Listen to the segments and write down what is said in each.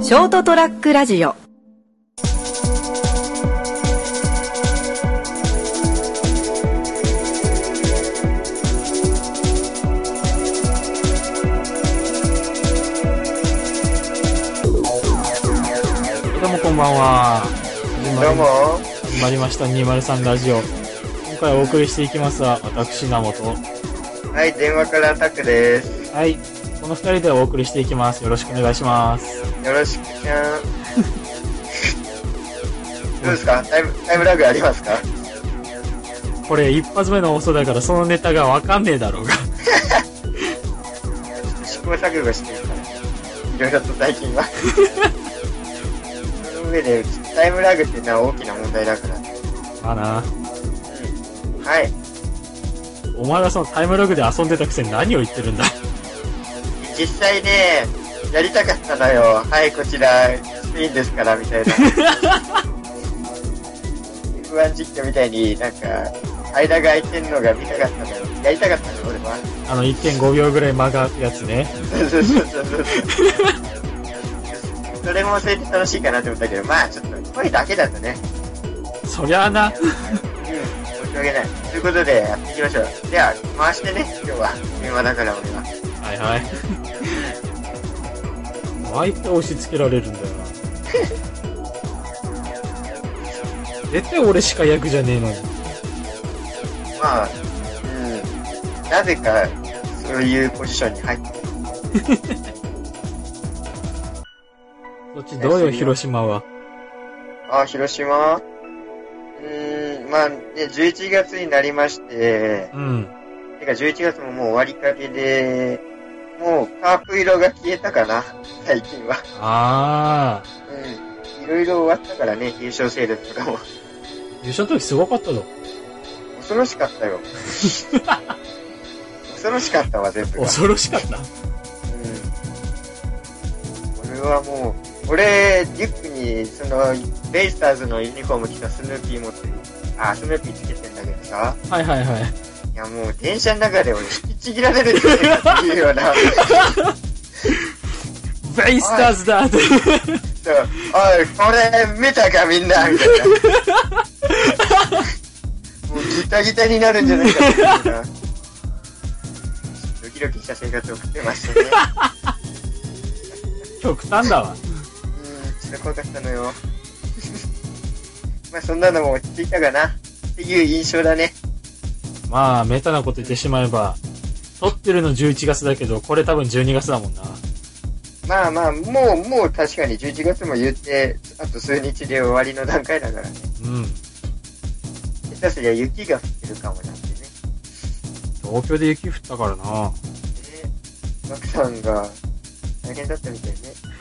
ショートトラックラジオ。 どうもこんばんは。 どうも。 始まりました203ラジオ。今回お送りしていきますは私名本。 はい、電話からタクです。 はい、この2人でお送りしていきます。よろしくお願いします。 よろしくちゃん。どうですか？タイムラグありますか？ これ一発目の放送だからそのネタがわかんねえだろうが。 試行錯誤してるから、いろいろと最近は。その上でタイムラグっていうのは大きな問題だから。 まあな。 はい。 お前はそのタイムラグで遊んでたくせに何を言ってるんだ。 実際ね、やりたかったのよ。はい、こちら、スペインですから、みたいな。F1 実況みたいになんか、間が空いてんのが見たかったのよ。やりたかったのよ、俺は。 1.5 秒ぐらい間が空くやつね。 そう。それもそれで楽しいかなと思ったけど、まあちょっと声だけだとね。 そりゃあな。 申し訳ない。ということで、やっていきましょう。では、回してね、今日は。電話だから俺は。 はいはい。毎回押し付けられるんだよな。絶対俺しか役じゃねえのに。 まあ、なぜか、そういうポジションに入ってる。 そっちどうよ、広島は。 あ、広島？まあね、11月になりまして、てか11月ももう終わりかけで、もうカープ色が消えたかな、最近は。いろいろ終わったからね、優勝セールとかも。 優勝の時すごかったぞ。 恐ろしかったよ。恐ろしかったわ、全部が。 恐ろしかった。 俺はもう、俺、リュックに、ベイスターズのユニフォーム着たスヌーピー持ってる。スヌーピーつけてんだけどさ。 はいはいはい。 いやもう、電車の中で俺引きちぎられるんじゃないかっていうような。 ベイスターズだって。 そう、おい、これ見たかみんなみたいな。もうギタギタになるんじゃないかっていうような。ドキドキした生活を送ってましたね。 極端だわ。 ちょっと怖かったのよ。まあそんなのも落ち着いたかなっていう印象だね。 まあ、メタなこと言ってしまえば、撮ってるの11月だけど、これ多分12月だもんな。 まあまあ、もう確かに11月も言って、あと数日で終わりの段階だからね。下手すりゃ雪が降ってるかもなんてね。 東京で雪降ったからな。 マクさんが大変だったみたいね。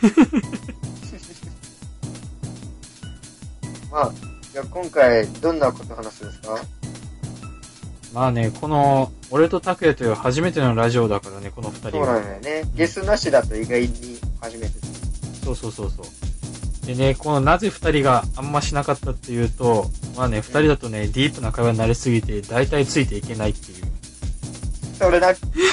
まあ、じゃあ今回どんなこと話すんですか？ まあね、この、俺と拓也という初めてのラジオだからね、この二人は。 そうなんだよね。ゲスなしだと意外に初めて。 そう。でね、このなぜ二人があんましなかったっていうと、まあね、二人だとね、ディープな会話になりすぎて、大体ついていけないっていう。 それだ。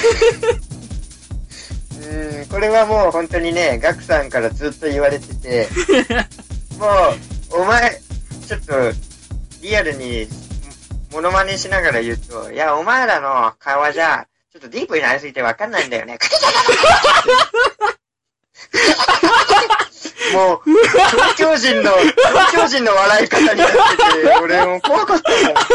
これはもう本当にね、ガクさんからずっと言われてて、もう、お前、ちょっと、リアルに、モノマネしながら言うと、いや、お前らの会話じゃ、ちょっとディープになりすぎてわかんないんだよね。もう、東京人の笑い方になってて、俺もう怖かった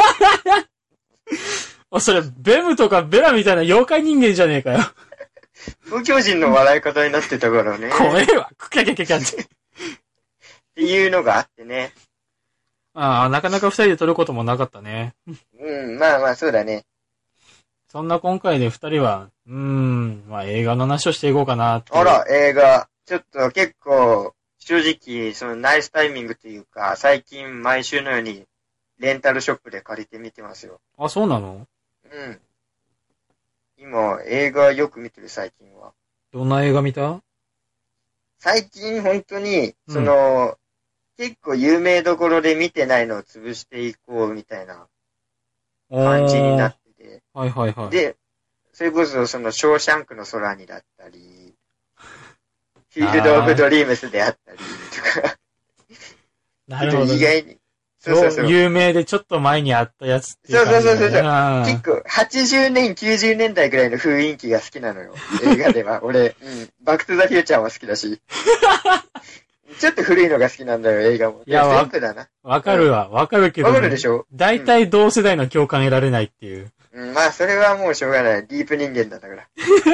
もん。それ、ベムとかベラみたいな妖怪人間じゃねえかよ。 東京人の笑い方になってたからね。 怖えわ。クキャキャキャキャって。 っていうのがあってね。 なかなか二人で撮ることもなかったね。 まあまあ、そうだね。 そんな今回で二人は、まあ映画の話をしていこうかなって。 あら、映画。ちょっと結構、正直、ナイスタイミングというか、最近毎週のように、レンタルショップで借りて見てますよ。 あ、そうなの？ 今、映画よく見てる最近は。 どんな映画見た？ 最近本当に、結構有名どころで見てないのを潰していこうみたいな感じになってて。 はい。 で、それこそショーシャンクの空にだったり、 フィールド・オブ・ドリームスであったりとか。 なるほど。 意外に。 そう。有名でちょっと前にあったやつっていう感じだね。 そう。結構、80年、90年代ぐらいの雰囲気が好きなのよ。映画では。俺、バックトゥザフューチャーも好きだし。ちょっと古いのが好きなんだよ、映画も。 いや、 全部だな。 わかるわ。わかるけど、 わかるでしょ？ 大体同世代の共感得られないっていう。 まあ、それはもうしょうがない。ディープ人間だから。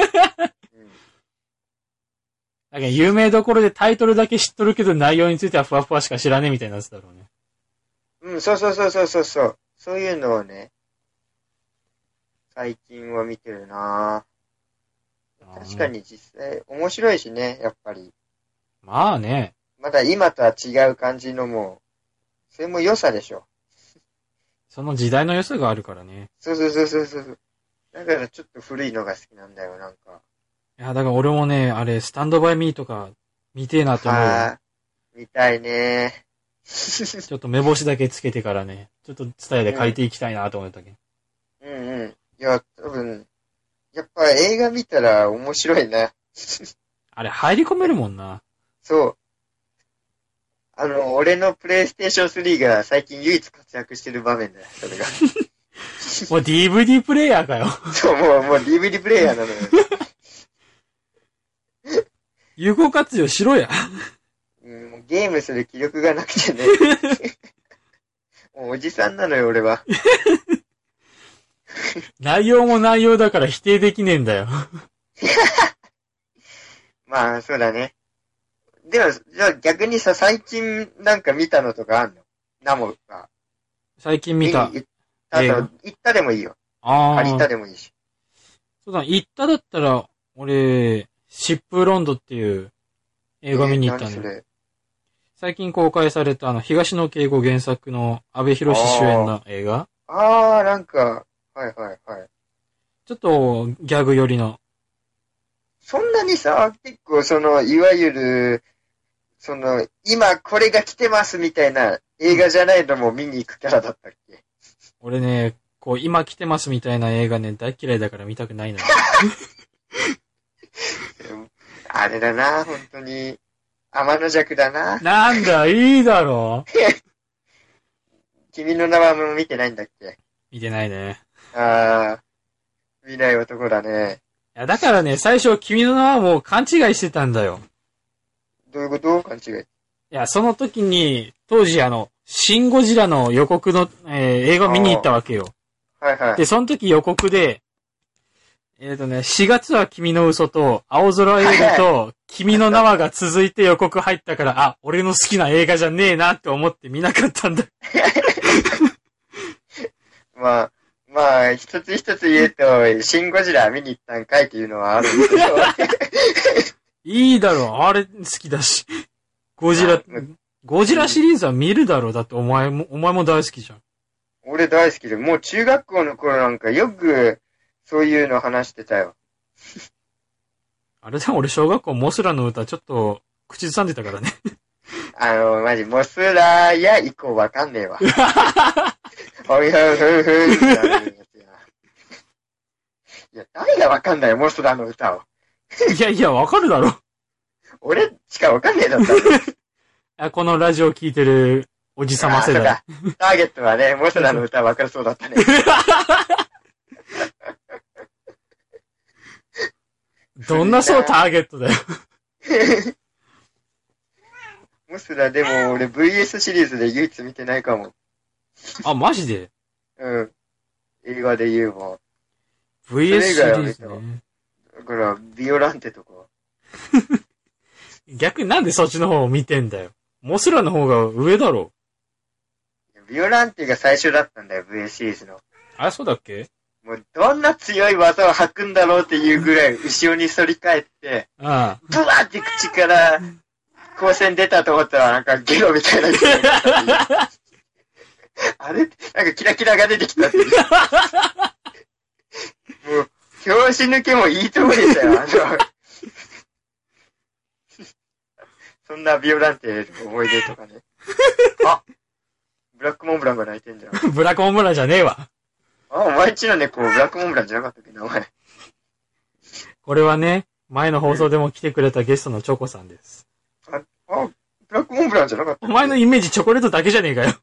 だけど有名どころでタイトルだけ知っとるけど内容についてはふわふわしか知らねえみたいなやつだろうね。 そう。そういうのをね、最近は見てるな確かに実際面白いしね、やっぱり。 まあね。 まだ今とは違う感じのもう、それも良さでしょ。 その時代の良さがあるからね。 そう。だからちょっと古いのが好きなんだよ、なんか。 いや、だから俺もね、あれ、スタンドバイミーとか見てえなと思うよ。 見たいね。 ちょっと目星だけつけてからね、ちょっとツタヤで書いていきたいなと思ったけど。 いや、多分、やっぱ映画見たら面白いな。 あれ入り込めるもんな。 そう。俺のプレイステーション3が最近唯一活躍してる場面だよ、それが。 もう DVD プレイヤーかよ。 そう、もう DVD プレイヤーなのよ。 有効活用しろや。 もうゲームする気力がなくてね。もうおじさんなのよ、俺は。 内容も内容だから否定できねえんだよ。 まあ、そうだね。でも、じゃあ逆にさ、最近なんか見たのとかあんの？ナモが。 最近見た。 行ったでもいいよ。借りたでもいいし。 そうだ、行っただったら、俺、シップロンドっていう映画見に行ったね。最近公開された東野圭吾原作の阿部寛主演の映画。 なんか、はい。 ちょっとギャグ寄りの。 そんなにさ、結構いわゆる、今これが来てますみたいな映画じゃないのも見に行くキャラだったっけ？ 俺ね、今来てますみたいな映画ね、大嫌いだから見たくないのよ。 あれだな、本当に。天の弱だな。 なんだ、いいだろ。 君の名はもう見てないんだっけ？ 見てないね。 見ない男だね。 いや、だからね、最初君の名はもう勘違いしてたんだよ。 どういうこと？勘違い。 いや、その時に、当時シンゴジラの予告の、映画見に行ったわけよ。 はい。 で、その時予告で、4月は君の嘘と、青空映画と、君の名はが続いて予告入ったから、俺の好きな映画じゃねえなって思って見なかったんだ。 まあ、一つ一つ言うと、シンゴジラ見に行ったんかいっていうのはあるんですけど。 いいだろ、あれ好きだし。ゴジラシリーズは見るだろ、だってお前も大好きじゃん。 俺大好きで、もう中学校の頃なんかよく、そういうの話してたよ。 あれでも俺小学校モスラの歌ちょっと口ずさんでたからね。 マジ、モスラや以降わかんねえわ。おいほいほいほい。いや、誰がわかんないよ、モスラの歌を。 いや、わかるだろ。 俺しかわかんねえだった。 このラジオ聞いてるおじさま世代。 ターゲットはね、モスラの歌わかるそうだったね。 どんなターゲットだよ。 モスラでも俺 VS シリーズで唯一見てないかも。 マジで？ 映画で言えば。 VS シリーズね。 だから、ビオランテとか。 逆になんでそっちの方を見てんだよ。モスラの方が上だろ。 ビオランテが最初だったんだよ、VS シリーズの。 そうだっけ？ もうどんな強い技を吐くんだろうっていうぐらい後ろに反り返って、ブワーって口から光線出たと思ったらなんかゲロみたいな。あれなんかキラキラが出てきたっていう。もう、拍子抜けもいいとこでしたよ、そんなビオランテの思い出とかね。ブラックモンブランが泣いてんじゃん。 ブラックモンブランじゃねえわ。 お前んちの猫、ブラックモンブランじゃなかったっけ、名前。 これはね、 前の放送でも来てくれたゲストのチョコさんです。 ブラックモンブランじゃなかった？ お前のイメージチョコレートだけじゃねえかよ。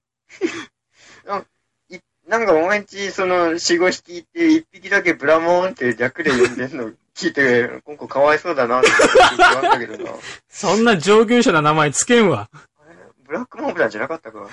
なんかお前んち、4、5匹って1匹だけブラモンって略で呼んでんの聞いて、今後かわいそうだなって言われたけどな。 そんな上級者な名前つけんわ。 ブラックモンブランじゃなかったか。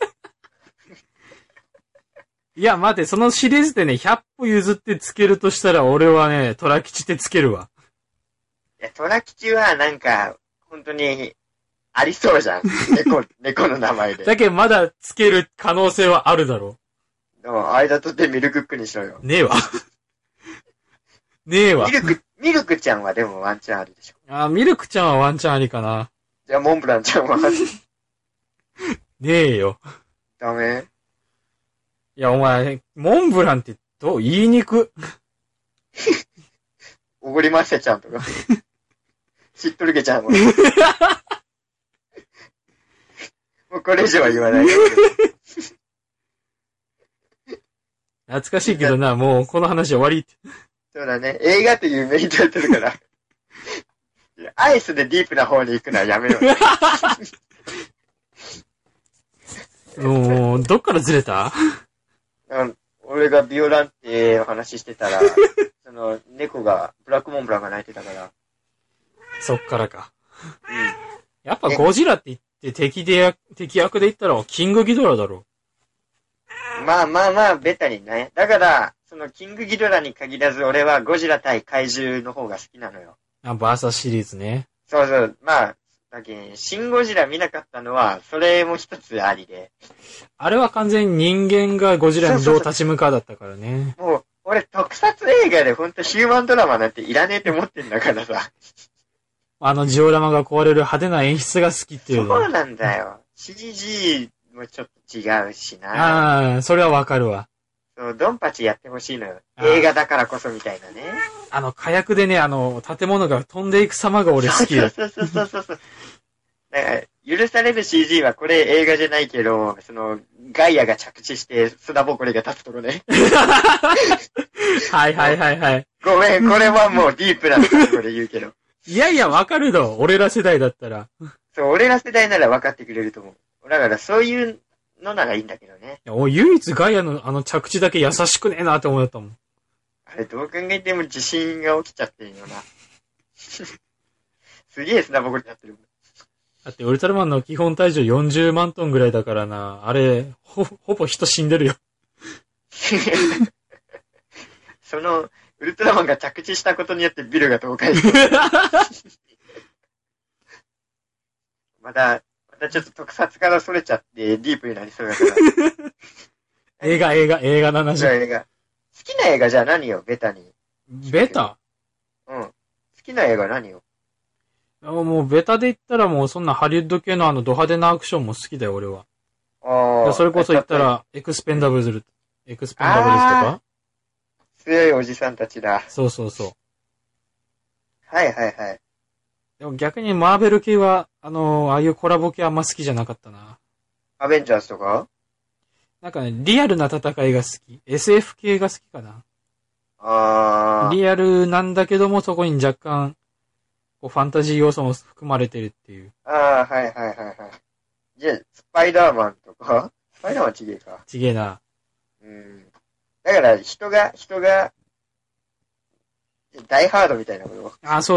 いや、待て、そのシリーズでね、100歩譲ってつけるとしたら、俺はね、トラ吉ってつけるわ。 いや、トラ吉はなんか、本当に、ありそうじゃん。猫の名前で。 だけどまだつける可能性はあるだろう。でも、間取ってミルクックにしろよ。 ねえわ。ねえわ。 ミルクちゃんはでもワンチャンあるでしょ。 ミルクちゃんはワンチャンありかな。 じゃあ、モンブランちゃんはねえよ。 ダメ？ いや、お前、モンブランって言いにく。 おごりませちゃんとか。しっとりけちゃんも。もうこれ以上は言わない。 懐かしいけどな、もうこの話終わりって。 そうだね。映画というメインタイトルから。アイスでディープな方に行くのはやめろ。 もう、どっからずれた？ 俺がビオランテお話ししてたら、猫が、ブラックモンブランが泣いてたから。 そっからか。 うん。 やっぱゴジラって言って敵役で言ったらキングギドラだろ。 まあ、ベタにね。だから、キングギドラに限らず俺はゴジラ対怪獣の方が好きなのよ。 バーサスシリーズね。 そう。まあ、だけシンゴジラ見なかったのは、それも一つありで。 あれは完全に人間がゴジラにどう立ち向かうだったからね。 もう、俺特撮映画でほんとヒューマンドラマなんていらねえって思ってんだからさ。 ジオラマが壊れる派手な演出が好きっていうの。 そうなんだよ。CG もちょっと違うしな。 それはわかるわ。 そう、ドンパチやってほしいのよ。映画だからこそみたいなね。 火薬でね、建物が飛んでいく様が俺好きよ。 そう。だから許される CG はこれ映画じゃないけど、ガイアが着地して砂ぼこりが立つとこね。 はい。 ごめん、これはもうディープなところで言うけど。 いや、わかるの。俺ら世代だったら。 そう、俺ら世代なら分かってくれると思う。だからそういうのならいいんだけどね。 唯一ガイアの着地だけ優しくねえなって思ったもん。 あれどう考えても地震が起きちゃってるよな。すげえ砂ぼこりになってるもん。 だってウルトラマンの基本体重40万トンぐらいだからな。あれ、ほぼ人死んでるよ。 ウルトラマンが着地したことによってビルが倒壊して。またちょっと特撮からそれちゃってディープになりそうだから。 映画の話。 映画。好きな映画じゃあ何よ、ベタに。 ベタ？ うん。好きな映画何よ。 もうベタで言ったらもうそんなハリウッド系のド派手なアクションも好きだよ、俺は。それこそ言ったら、エクスペンダブルズとか強いおじさんたちだ。 そう。 はい。 でも逆にマーベル系は、ああいうコラボ系あんま好きじゃなかったな。 アベンジャーズとか？ なんかね、リアルな戦いが好き。SF 系が好きかな。リアルなんだけども、そこに若干、ファンタジー要素も含まれてるっていう。 はい。じゃあ、スパイダーマンとか？スパイダーマンちげえか。 ちげえな。 だから人が、ダイハードみたいなこと。 そう。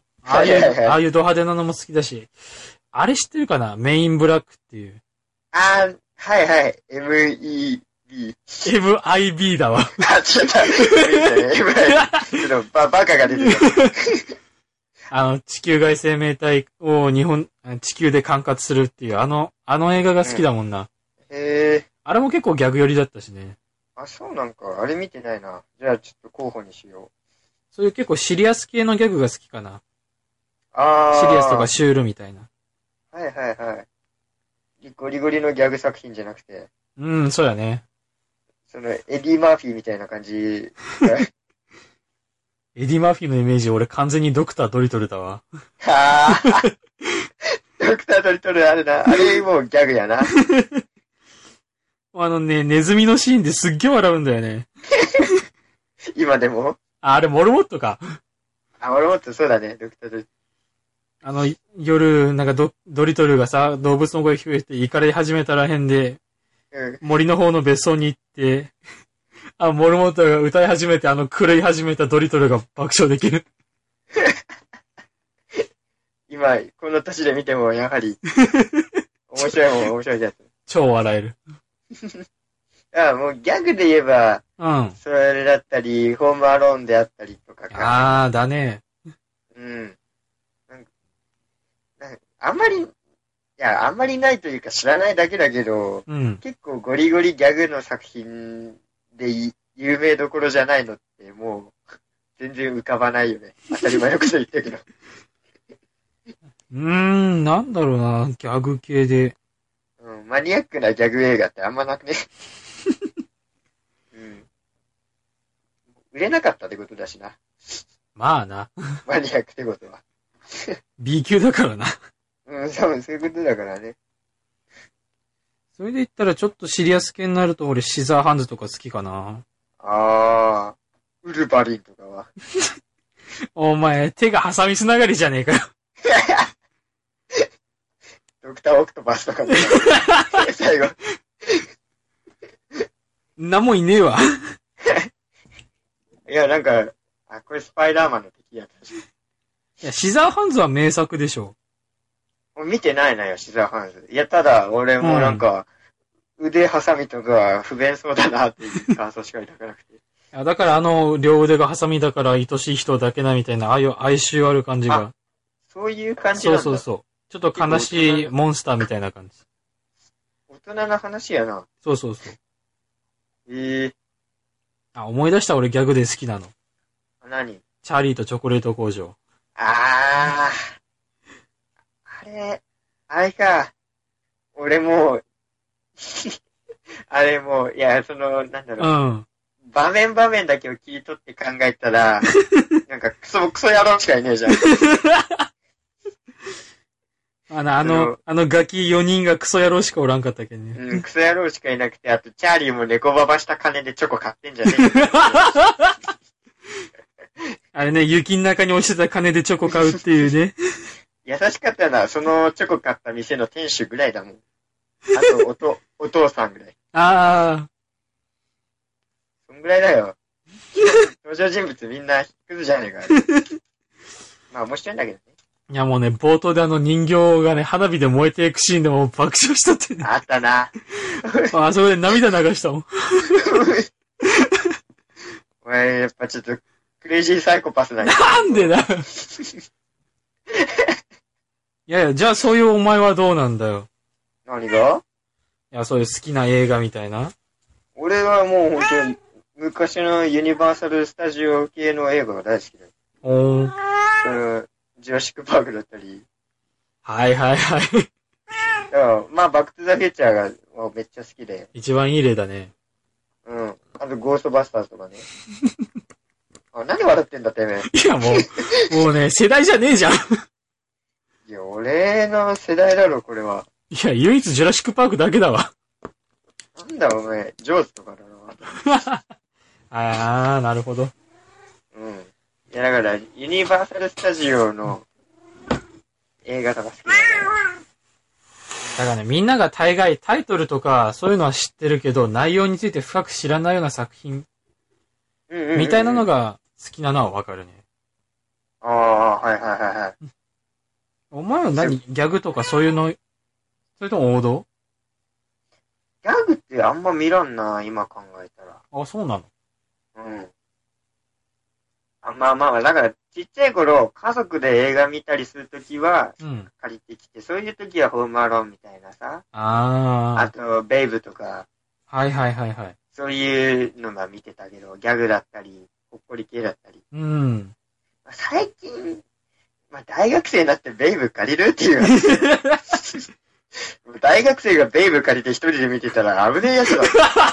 ああいうド派手なのも好きだし。あれ知ってるかな？メインブラックっていう。 はい。MEB。 MIB だわ。 違った。ちょっとバカが出てる。 地球外生命体を地球で管轄するっていう、あの映画が好きだもんな。あれも結構ギャグ寄りだったしね。 そうなんか。あれ見てないな。じゃあちょっと候補にしよう。 そういう結構シリアス系のギャグが好きかな。シリアスとかシュールみたいな。 はい。ゴリゴリのギャグ作品じゃなくて。 そうやね。 エディ・マーフィーみたいな感じ。 エディ・マーフィーのイメージ俺完全にドクタードリトルだわ。 ドクタードリトルあるな。あれもうギャグやな。 ネズミのシーンですっげえ笑うんだよね。 今でも？ あれモルモットか。 あ、俺もっとそうだね、ドクタードリト夜、なんかドリトルがさ、動物の声聞こえて怒り始めたらへんで、 ル。 森の方の別荘に行って、モルモットが歌い始めて、狂い始めたドリトルが爆笑できる。 今、この年で見ても、やはり、面白いやつ。 超笑える。 もうギャグで言えば、 うん。 それだったり、ホームアローンであったりとかか。 だね。 うん。あんまりないというか知らないだけだけど、 うん。 結構ゴリゴリギャグの作品で有名どころじゃないのってもう全然浮かばないよね。当たり前のこと言ったけど。 なんだろうな、ギャグ系で。 うん、マニアックなギャグ映画ってあんまなくね。うん。売れなかったってことだしな。 まあな。 マニアックってことは。 B 級だからな。 うん、そういうことだからね。 それで言ったらちょっとシリアス系になると俺シザーハンズとか好きかな。 ウルヴァリンとかは。 お前、手がハサミつながりじゃねえかよ。 ドクターオクトパスとかね。最後。 なんもいねえわ。 いや、なんか、これスパイダーマンの敵やったし。 いや、シザーハンズは名作でしょ。 見てないなよ、シザーハンズ。いや、ただ、俺もなんか、腕ハサミとか不便そうだなっていう感想しか抱かなくて。 いや、だから両腕がハサミだから愛しい人だけなみたいな、ああいう哀愁ある感じが。 そういう感じなんだ。 そう。ちょっと悲しいモンスターみたいな感じ。 大人な話やな。 そう。思い出した俺ギャグで好きなの。 何？ チャーリーとチョコレート工場。 あれか。俺もう、あれもう、いや、なんだろう。 うん。 場面だけを切り取って考えたら、なんかクソ野郎しかいねえじゃん。 ガキ4人がクソ野郎しかおらんかったっけね。 うん、クソ野郎しかいなくて、あと、チャーリーも猫ババした金でチョコ買ってんじゃねえよ。 あれね、雪の中に落ちてた金でチョコ買うっていうね。 優しかったな、そのチョコ買った店の店主ぐらいだもん。あと、お父さんぐらい。そんぐらいだよ。登場人物みんなクズじゃねえか。まあ面白いんだけどね。 いやもうね、冒頭で人形がね、花火で燃えていくシーンでも爆笑したってね。 あったな。 それで涙流したもん。 お前、やっぱちょっと、クレイジーサイコパスだね。 なんでだよ。いや、じゃあそういうお前はどうなんだよ。 何が？ いや、そういう好きな映画みたいな。 俺はもう本当に、昔のユニバーサルスタジオ系の映画が大好きだよ。ジュラシックパークだったり。 はい。だからまあ、バックトゥザフューチャーがめっちゃ好きで。 一番いい例だね。 うん。あと、ゴーストバスターズとかね。何笑ってんだってめえ。 いや、もうね、世代じゃねえじゃん。 いや、俺の世代だろ、これは。 いや、唯一ジュラシックパークだけだわ。 なんだお前、ジョーズとかだな。なるほど。 うん。いや、だから、ユニバーサルスタジオの映画とか好きだね。 だからね、みんなが大概タイトルとかそういうのは知ってるけど、内容について深く知らないような作品みたいなのが好きなのはわかるね。 はい。 お前はギャグとかそういうの、それとも王道？ ギャグってあんま見らんな、今考えたら。 そうなの？ うん。まあ、だから、ちっちゃい頃、家族で映画見たりするときは、借りてきて、そういうときはホームアローンみたいなさ。あと、ベイブとか。 はい。 そういうのが見てたけど、ギャグだったり、ほっこり系だったり。最近、大学生になってベイブ借りるっていう話。大学生がベイブ借りて一人で見てたら危ねえやつだ。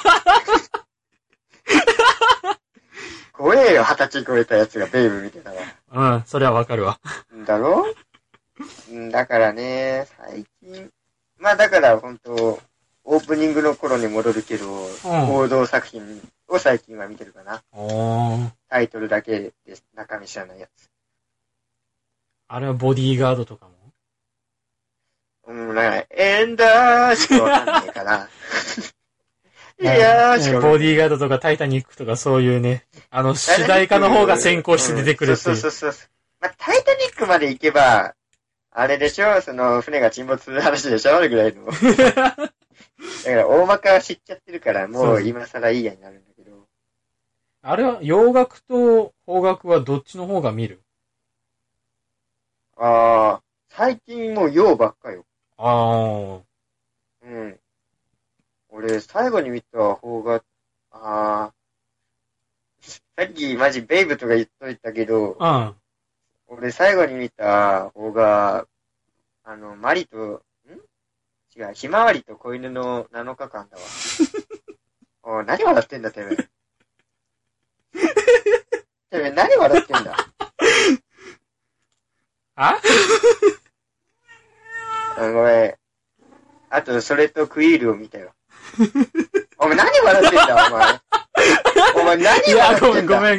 怖えよ、20歳超えたやつがベイブ見てたら。 それはわかるわ。 だろ？だからね、最近。だから本当オープニングの頃に戻るけど、王道作品を最近は見てるかな。タイトルだけで中身知らないやつ。 あれはボディーガードとかもエンダーしかわかんないかな。いやーしかボディーガードとかタイタニックとかそういうね、主題歌の方が先行して出てくるっていう。 そう。まあ、タイタニックまで行けば、あれでしょ、その、船が沈没する話でしょあるぐらいの。だから大まかは知っちゃってるから、もう今更いいやになるんだけど。 あれは、洋楽と邦楽はどっちの方が見る？ 最近もう洋ばっかよ。うん。俺、最後に見た方が、さっきマジベイブとか言っといたけど、俺最後に見た方が、マリと、違う、ひまわりと子犬の7日間だわ。何笑ってんだ、てめえ。てめえ、何笑ってんだ。ごめん。あと、それとクイールを見たよ。お前何笑ってんだ、お前。お前何笑ってんだ。 ごめん。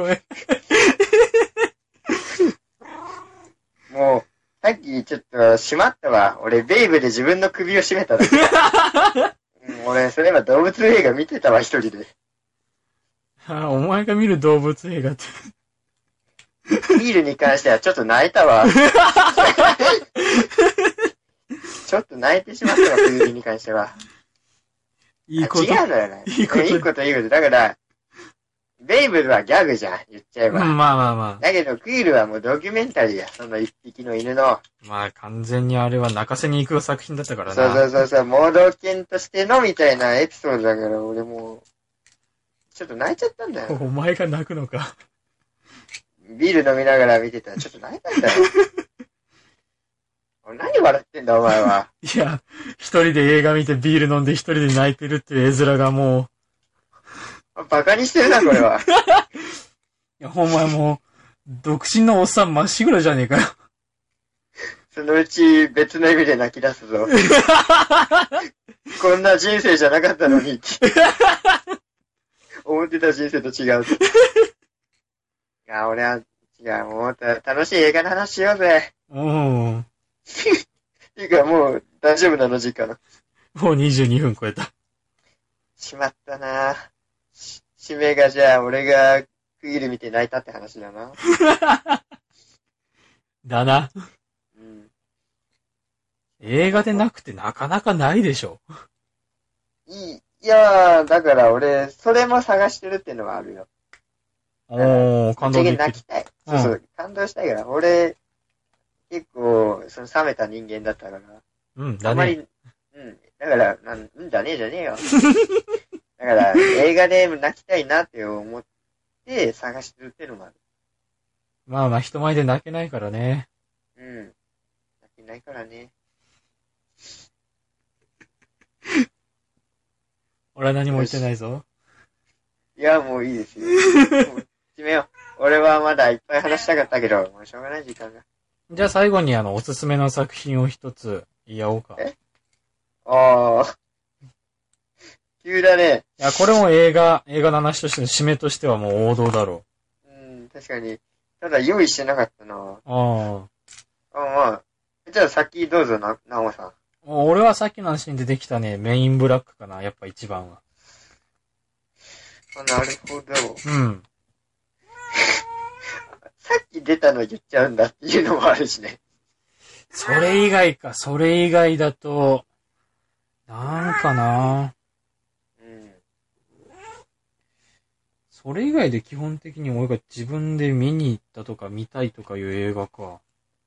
もう、さっきちょっとしまったわ。俺、ベイブで自分の首を絞めただけ。俺、それは動物映画見てたわ、一人で。 お前が見る動物映画って。 ビールに関してはちょっと泣いたわ。ちょっと泣いてしまったわ、ビールに関しては。 いいこと。 違うのよね。いいこと。だから、ベイブはギャグじゃん、言っちゃえば。 まあ。 だけど、クイールはもうドキュメンタリーや、その一匹の犬の。 まあ、完全にあれは泣かせに行く作品だったからな。 そう、盲導犬としてのみたいなエピソードだから、俺もう、ちょっと泣いちゃったんだよ。 お前が泣くのか。 ビール飲みながら見てたらちょっと泣いたんだよ。何笑ってんだお前は。 いや、一人で映画見てビール飲んで一人で泣いてるっていう絵面がもう。バカにしてるな、これは。 いや、お前もう、独身のおっさんまっしぐらじゃねえかよ。 そのうち別の意味で泣き出すぞ。こんな人生じゃなかったのにって。思ってた人生と違う。いや、俺は、違う、もっと楽しい映画の話しようぜ。いいか、もう大丈夫なの時間。 もう22分超えた。 しまったな。締めがじゃあ、俺が区切り見て泣いたって話だな。 だな。 うん。 映画でなくてなかなかないでしょ。 いやー、だから俺、それも探してるっていうのはあるよ。 感動できる。 泣きたい。そう、感動したいから。俺、結構、冷めた人間だったから。 だね。 あんまり、だから、だねえじゃねえよ。だから、映画で泣きたいなって思って探してるっていうのもある。 まあ、人前で泣けないからね。 泣けないからね。 俺は何も言ってないぞ。 いや、もういいですよ。決めよう。俺はまだいっぱい話したかったけど、もうしょうがない時間が。 じゃあ最後におすすめの作品を一つ言い合おうか。 急だね。 いや、これも映画の話としての締めとしてはもう王道だろう。確かに。ただ用意してなかったな。まあ。じゃあ先どうぞなおさん。 俺はさっきの話に出てきたね、メインブラックかな、やっぱ一番は。 なるほど。さっき出たの言っちゃうんだっていうのもあるしね。 それ以外だと、なんかな。それ以外で基本的に俺が自分で見に行ったとか見たいとかいう映画か。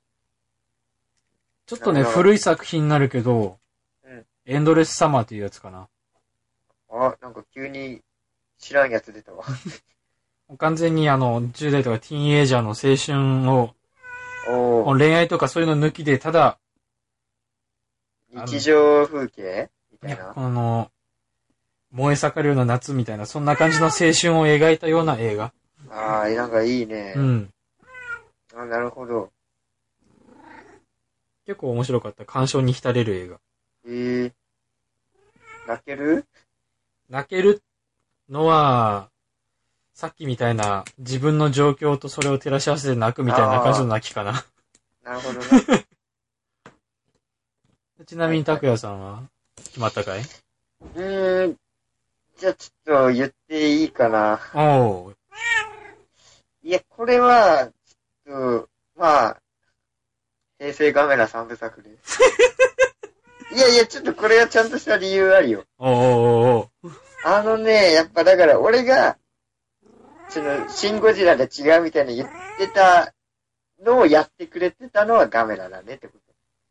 ちょっとね、古い作品になるけど、エンドレスサマーっていうやつかな。 なんか急に知らんやつ出たわ。 完全に10代とかティーンエイジャーの青春を、恋愛とかそういうの抜きで、ただ、 日常風景みたいな。 燃え盛るような夏みたいな、そんな感じの青春を描いたような映画。 なんかいいね。なるほど。 結構面白かった。感傷に浸れる映画。 泣けるのは、さっきみたいな自分の状況とそれを照らし合わせて泣くみたいな感じの泣きかな。 なるほどな。 ちなみに拓也さんは決まったかい？ じゃあちょっと言っていいかな。 おう。 いや、これは、ちょっと、まあ、平成ガメラ3部作です。いや、ちょっとこれはちゃんとした理由あるよ。 おう。 やっぱだから俺が、シンゴジラで違うみたいに言ってたのをやってくれてたのはガメラだねってこと。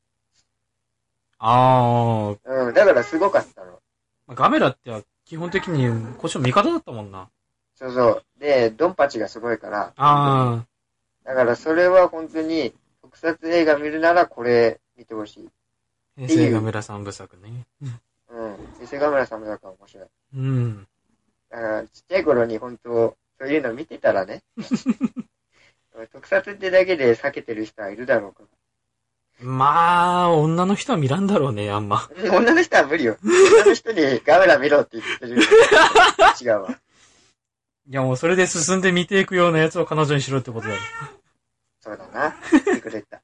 だからすごかったの。 ガメラって基本的にこっちの味方だったもんな。 そう。で、ドンパチがすごいから。だからそれは本当に、特撮映画見るならこれ見てほしい。 平成ガメラ3部作ね。 平成ガメラ3部作は面白い。だから、ちっちゃい頃に本当、そういうの見てたらね。特撮ってだけで避けてる人はいるだろうから。 まあ、女の人は見らんだろうね、あんま。 女の人は無理よ。女の人にガメラ見ろって言ってる。違うわ。 いや、もうそれで進んで見ていくようなやつを彼女にしろってことだよ。 そうだな。言ってくれた。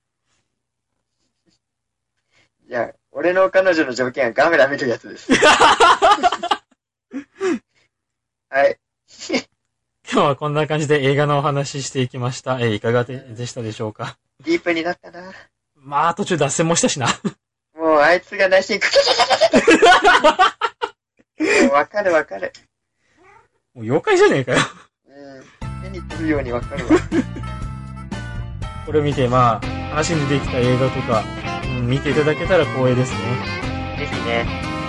じゃあ、俺の彼女の条件はガメラ見るやつです。はい。 今日はこんな感じで映画のお話ししていきました。いかがでしたでしょうか？ ディープになったな。 まあ、途中脱線もしたしな。 もう、あいつが内心もう、わかる。 もう妖怪じゃねえかよ。 手に取るようにわかるわ。 これを見て、まあ、話に出てきた映画とか、見ていただけたら光栄ですね。 ですね。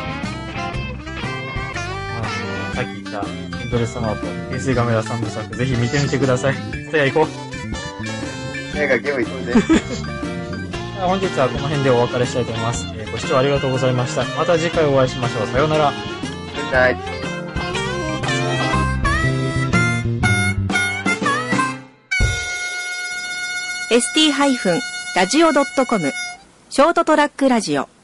まあ、さっき言った、エンドレスサマーと平成ガメラ3部作、ぜひ見てみてください。ツタヤ行こう。 ツタヤがゲーム行こうぜ。 本日はこの辺でお別れしたいと思います。ご視聴ありがとうございました。また次回お会いしましょう。さようなら。 グッナイト。 st-radio.com ショートトラックラジオ